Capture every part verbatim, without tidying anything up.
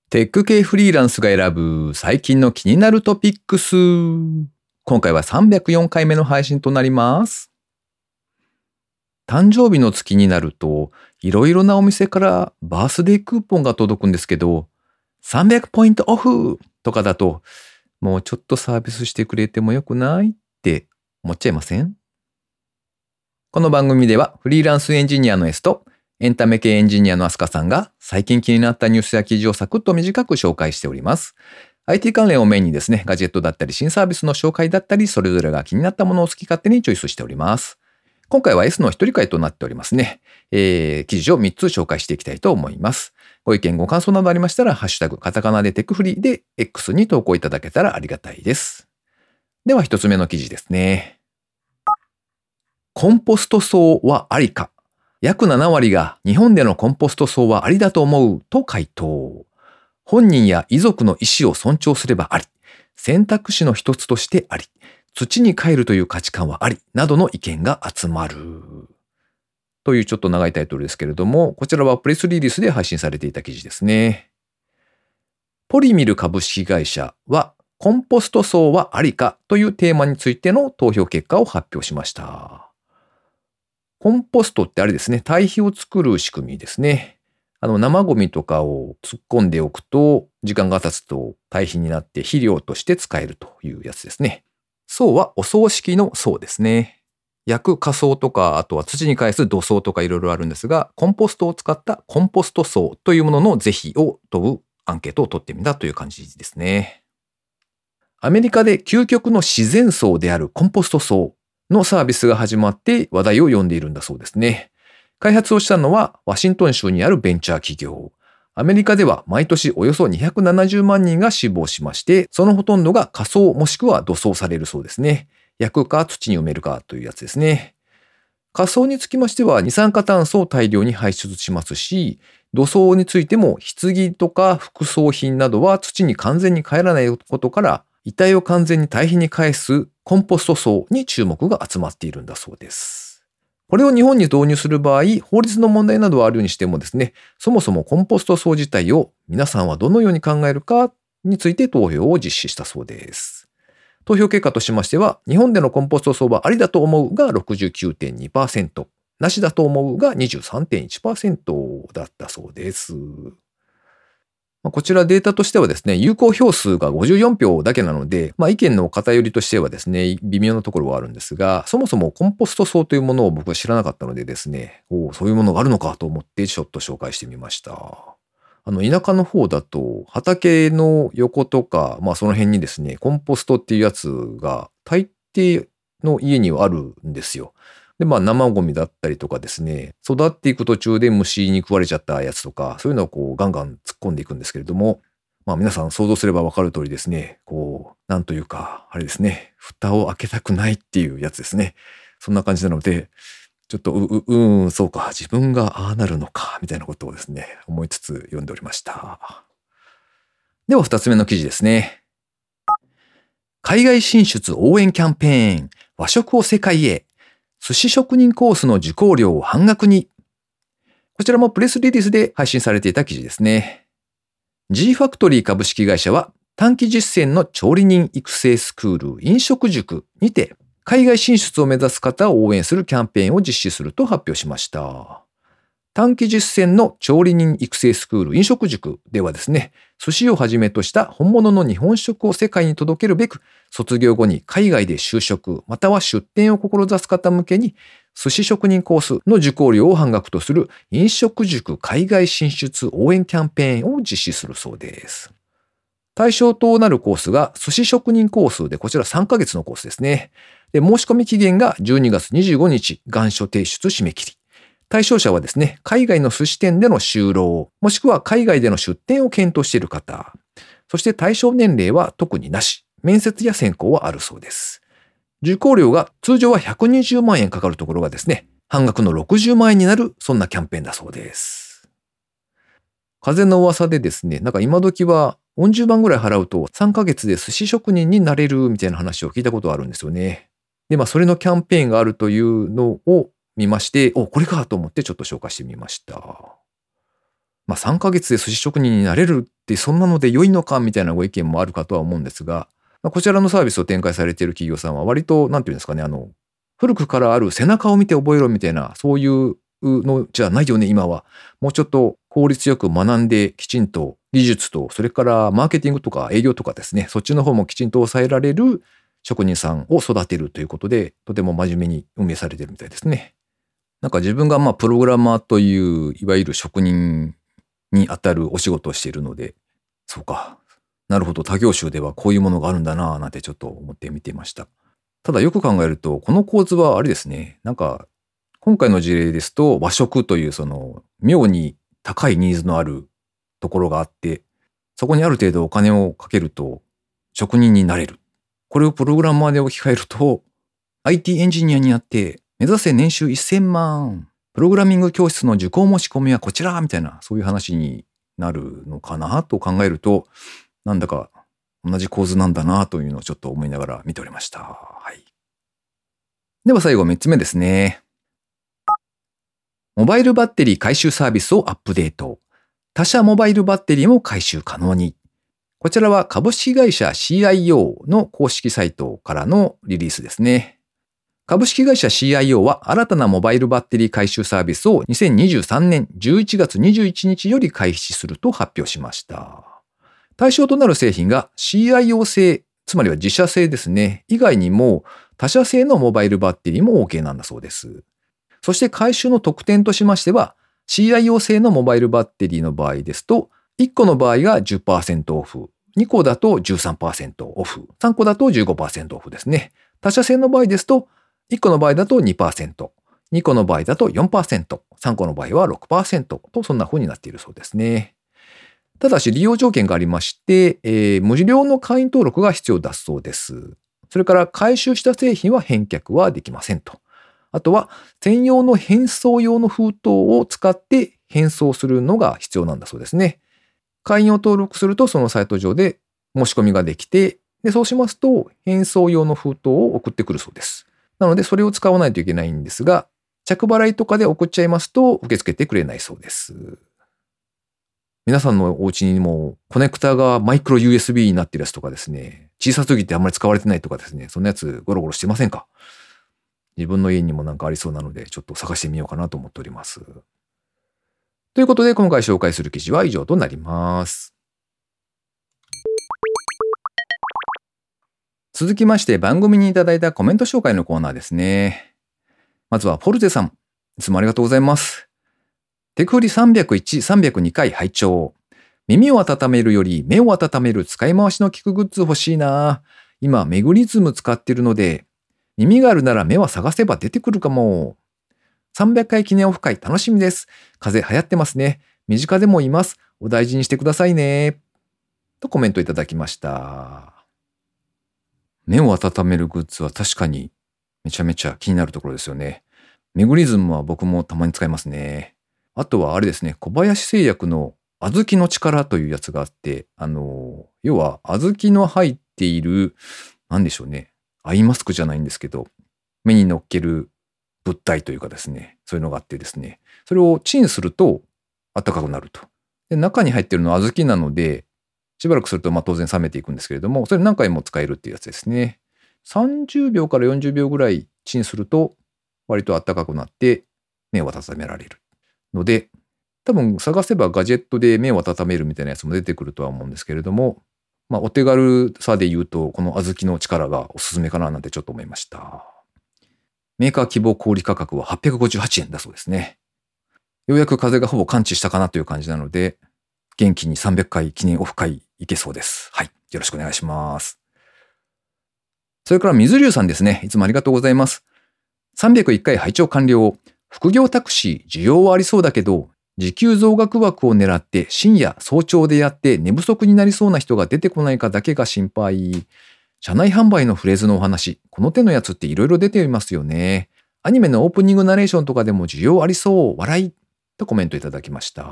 テック系フリーランスが選ぶ最近の気になるトピックス。今回はさんびゃくよんかいめの配信となります。誕生日の月になるといろいろなお店からバースデークーポンが届くんですけど、さんびゃくポイントオフとかだともうちょっとサービスしてくれてもよくないって思っちゃいません？この番組ではフリーランスエンジニアの S とエンタメ系エンジニアのアスカさんが最近気になったニュースや記事をサクッと短く紹介しております。アイティー 関連をメインにですね、ガジェットだったり新サービスの紹介だったり、それぞれが気になったものを好き勝手にチョイスしております。今回は S の一人会となっておりますね。えー、記事をみっつ紹介していきたいと思います。ご意見ご感想などありましたら、ハッシュタグカタカナでテクフリーで X に投稿いただけたらありがたいです。では一つ目の記事ですね。コンポスト層はありか。約ななわりが日本でのコンポスト層はありだと思うと回答。本人や遺族の意思を尊重すればあり、選択肢の一つとしてあり、土に帰るという価値観はあり、などの意見が集まる。というちょっと長いタイトルですけれども、こちらはプレスリリースで配信されていた記事ですね。ポリミル株式会社は、コンポスト層はありかというテーマについての投票結果を発表しました。コンポストってあれですね、堆肥を作る仕組みですね。あの生ゴミとかを突っ込んでおくと、時間が経つと堆肥になって肥料として使えるというやつですね。層はお葬式の層ですね。焼く火葬とか、あとは土に返す土葬とかいろいろあるんですが、コンポストを使ったコンポスト層というものの是非を問うアンケートを取ってみたという感じですね。アメリカで究極の自然層であるコンポスト層のサービスが始まって話題を呼んでいるんだそうですね。開発をしたのはワシントン州にあるベンチャー企業。アメリカでは毎年およそにひゃくななじゅうまんにんが死亡しまして、そのほとんどが火葬もしくは土葬されるそうですね。焼くか土に埋めるかというやつですね。火葬につきましては二酸化炭素を大量に排出しますし、土葬についても棺とか副葬品などは土に完全に帰らないことから、遺体を完全に堆肥に返すコンポスト層に注目が集まっているんだそうです。これを日本に導入する場合、法律の問題などはあるにしてもですね、そもそもコンポスト層自体を皆さんはどのように考えるかについて投票を実施したそうです。投票結果としましては、日本でのコンポスト層はありだと思うが ろくじゅうきゅうてんにパーセント、なしだと思うが にじゅうさんてんいちパーセント だったそうです。こちらデータとしてはですね、有効票数がごじゅうよんひょうだけなので、まあ、意見の偏りとしてはですね、微妙なところはあるんですが、そもそもコンポスト層というものを僕は知らなかったのでですね、おそういうものがあるのかと思ってちょっと紹介してみました。あの、田舎の方だと、畑の横とか、まあその辺にですね、コンポストっていうやつが大抵の家にはあるんですよ。で、まあ生ゴミだったりとかですね、育っていく途中で虫に食われちゃったやつとか、そういうのをこうガンガン突っ込んでいくんですけれども、まあ皆さん想像すればわかる通りですね、こう、なんというか、あれですね、蓋を開けたくないっていうやつですね。そんな感じなので、ちょっとう、う、うーん、そうか、自分がああなるのか、みたいなことをですね、思いつつ読んでおりました。では二つ目の記事ですね。海外進出応援キャンペーン、和食を世界へ。寿司職人コースの受講料を半額に。こちらもプレスリリースで配信されていた記事ですね。G ファクトリー株式会社は短期実践の調理人育成スクール飲食塾にて海外進出を目指す方を応援するキャンペーンを実施すると発表しました。短期実践の調理人育成スクール飲食塾ではですね、寿司をはじめとした本物の日本食を世界に届けるべく、卒業後に海外で就職または出店を志す方向けに、寿司職人コースの受講料を半額とする飲食塾海外進出応援キャンペーンを実施するそうです。対象となるコースが寿司職人コースで、こちらさんかげつのコースですね。で、申し込み期限がじゅうにがつにじゅうごにち、願書提出締め切り。対象者はですね、海外の寿司店での就労、もしくは海外での出店を検討している方、そして対象年齢は特になし、面接や選考はあるそうです。受講料が通常はひゃくにじゅうまんえんかかるところがですね、半額のろくじゅうまんえんになる、そんなキャンペーンだそうです。風の噂でですね、なんか今時はよんじゅうまんぐらい払うとさんかげつで寿司職人になれるみたいな話を聞いたことがあるんですよね。で、まあそれのキャンペーンがあるというのを見まして、お、これかと思ってちょっと紹介してみました。まあさんかげつで寿司職人になれるっってそんなので良いのかみたいなご意見もあるかとは思うんですが、まあ、こちらのサービスを展開されている企業さんは割と、なんていうんですかね、あの、古くからある背中を見て覚えろみたいな、そういうのじゃないよね、今は。もうちょっと効率よく学んできちんと技術と、それからマーケティングとか営業とかですね、そっちの方もきちんと抑えられる職人さんを育てるということで、とても真面目に運営されているみたいですね。なんか自分がまあプログラマーという、いわゆる職人に当たるお仕事をしているので、そうか。なるほど、他業種ではこういうものがあるんだなぁなんてちょっと思って見ていました。ただよく考えると、この構図はあれですね。なんか、今回の事例ですと和食というその妙に高いニーズのあるところがあって、そこにある程度お金をかけると職人になれる。これをプログラマーで置き換えると アイティー エンジニアになって目指せ年収せんまん。プログラミング教室の受講申し込みはこちらみたいなそういう話になるのかなと考えると、なんだか同じ構図なんだなというのをちょっと思いながら見ておりました。はい。では最後みっつめですね。モバイルバッテリー回収サービスをアップデート。他社モバイルバッテリーも回収可能に。こちらは株式会社 シーアイオー の公式サイトからのリリースですね。株式会社 シーアイオー は新たなモバイルバッテリー回収サービスをにせんにじゅうさんねんじゅういちがつにじゅういちにちより開始すると発表しました。対象となる製品が シーアイオー 製、つまりは自社製ですね、以外にも他社製のモバイルバッテリーも OK なんだそうです。そして回収の特典としましては、シーアイオー 製のモバイルバッテリーの場合ですと、いっこの場合が じゅっパーセント オフ、にこだと じゅうさんパーセント オフ、さんこだと じゅうごパーセント オフですね。他社製の場合ですと、いっこの場合だと にパーセント、にこの場合だと よんパーセント、さんこの場合は ろくパーセント とそんな風になっているそうですね。ただし利用条件がありまして、えー、無料の会員登録が必要だそうです。それから回収した製品は返却はできませんと。あとは専用の返送用の封筒を使って返送するのが必要なんだそうですね。会員を登録するとそのサイト上で申し込みができて、でそうしますと返送用の封筒を送ってくるそうです。なのでそれを使わないといけないんですが、着払いとかで送っちゃいますと受け付けてくれないそうです。皆さんのお家にもコネクタがマイクロ ユーエスビー になってるやつとかですね、小さすぎてあんまり使われてないとかですね、そんなやつゴロゴロしてませんか？自分の家にもなんかありそうなので、ちょっと探してみようかなと思っております。ということで、今回紹介する記事は以上となります。続きまして、番組にいただいたコメント紹介のコーナーですね。まずは、フォルテさん。いつもありがとうございます。テクフリさんびゃくいち、さんびゃくにかい拝聴。耳を温めるより目を温める使い回しの効くグッズ欲しいな。今、メグリズム使ってるので、耳があるなら目は探せば出てくるかも。さんびゃっかい記念オフ会楽しみです。風邪流行ってますね。身近でもいます。お大事にしてくださいね。とコメントいただきました。目を温めるグッズは確かにめちゃめちゃ気になるところですよね。メグリズムは僕もたまに使いますね。あとはあれですね、小林製薬の小豆の力というやつがあって、あの、要は小豆の入っている、なんでしょうね、アイマスクじゃないんですけど、目に乗っける物体というかですね、そういうのがあってですね、それをチンすると暖かくなると。で、中に入っているのは小豆なので、しばらくするとまあ当然冷めていくんですけれども、それ何回も使えるっていうやつですね。さんじゅうびょうからよんじゅうびょうぐらいチンすると割と暖かくなって目を温められるので、多分探せばガジェットで目を温めるみたいなやつも出てくるとは思うんですけれども、まあお手軽さで言うとこの小豆の力がおすすめかななんてちょっと思いました。メーカー希望小売価格ははっぴゃくごじゅうはちえんだそうですね。ようやく風がほぼ完治したかなという感じなので、元気にさんびゃっかい記念オフ会行けそうです。はい。よろしくお願いします。それから水流さんですね。いつもありがとうございます。さんびゃくいっかい拝聴完了。副業タクシー需要はありそうだけど、時給増額枠を狙って深夜早朝でやって寝不足になりそうな人が出てこないかだけが心配。社内販売のフレーズのお話、この手のやつっていろいろ出ていますよね。アニメのオープニングナレーションとかでも需要ありそう、笑い。とコメントいただきました。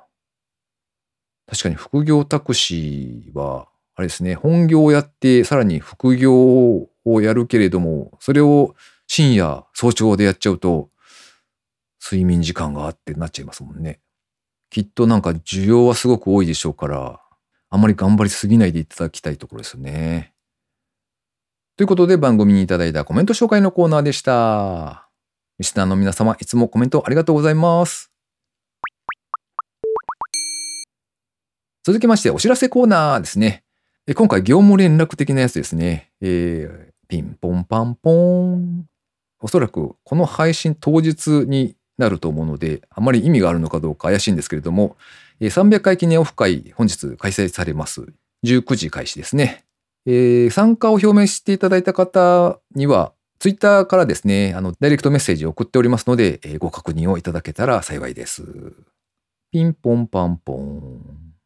確かに副業タクシーは、あれですね、本業をやって、さらに副業をやるけれども、それを深夜、早朝でやっちゃうと、睡眠時間があってなっちゃいますもんね。きっとなんか需要はすごく多いでしょうから、 あまり頑張りすぎないでいただきたいところですよね。ということで番組にいただいたコメント紹介のコーナーでした。リスナーの皆様、いつもコメントありがとうございます。続きまして、お知らせコーナーですね。今回、業務連絡的なやつですね。えー、ピンポンパンポーン。おそらく、この配信当日になると思うので、あまり意味があるのかどうか怪しいんですけれども、さんびゃっかい記念オフ会、本日開催されます。じゅうくじ開始ですね。えー、参加を表明していただいた方には、ツイッターからですね、あの、ダイレクトメッセージを送っておりますので、えー、ご確認をいただけたら幸いです。ピンポンパンポン。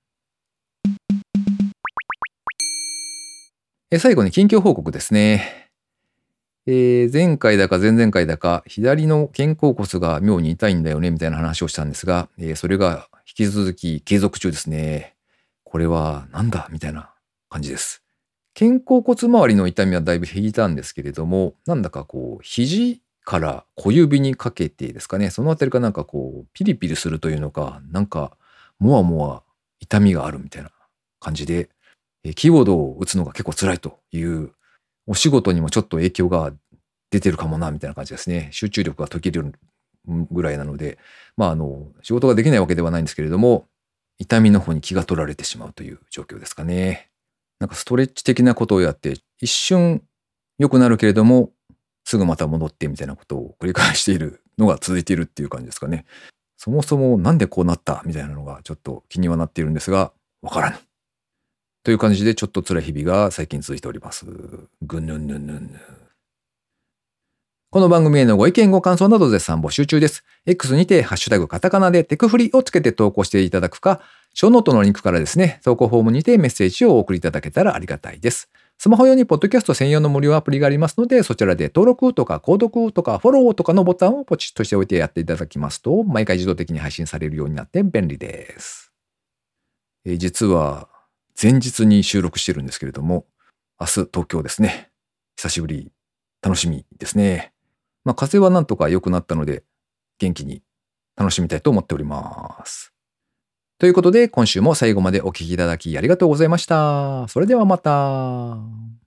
え最後に近況報告ですね。えー、前回だか前々回だか、左の肩甲骨が妙に痛いんだよね、みたいな話をしたんですが、えー、それが引き続き継続中ですね。これはなんだみたいな感じです。肩甲骨周りの痛みはだいぶ減ったんですけれども、なんだかこう、肘から小指にかけてですかね、そのあたりがなんかこう、ピリピリするというのか、なんか、もわもわ痛みがあるみたいな感じで、キーボードを打つのが結構辛いという、お仕事にもちょっと影響が出てるかもな、みたいな感じですね。集中力が途切れるぐらいなので、まあ、あの、仕事ができないわけではないんですけれども、痛みの方に気が取られてしまうという状況ですかね。なんかストレッチ的なことをやって、一瞬良くなるけれども、すぐまた戻ってみたいなことを繰り返しているのが続いているっていう感じですかね。そもそもなんでこうなったみたいなのがちょっと気にはなっているんですが、わからぬ。という感じでちょっと辛い日々が最近続いております。ぐぬぬぬぬ。この番組へのご意見ご感想など絶賛募集中です。X にてハッシュタグカタカナでテクフリをつけて投稿していただくか、ショーノートのリンクからですね、投稿フォームにてメッセージをお送りいただけたらありがたいです。スマホ用にポッドキャスト専用の無料アプリがありますので、そちらで登録とか購読とかフォローとかのボタンをポチッとしておいてやっていただきますと、毎回自動的に配信されるようになって便利です。えー、実は前日に収録してるんですけれども、明日東京ですね。久しぶり、楽しみですね。まあ風邪はなんとか良くなったので、元気に楽しみたいと思っております。ということで、今週も最後までお聞きいただきありがとうございました。それではまた。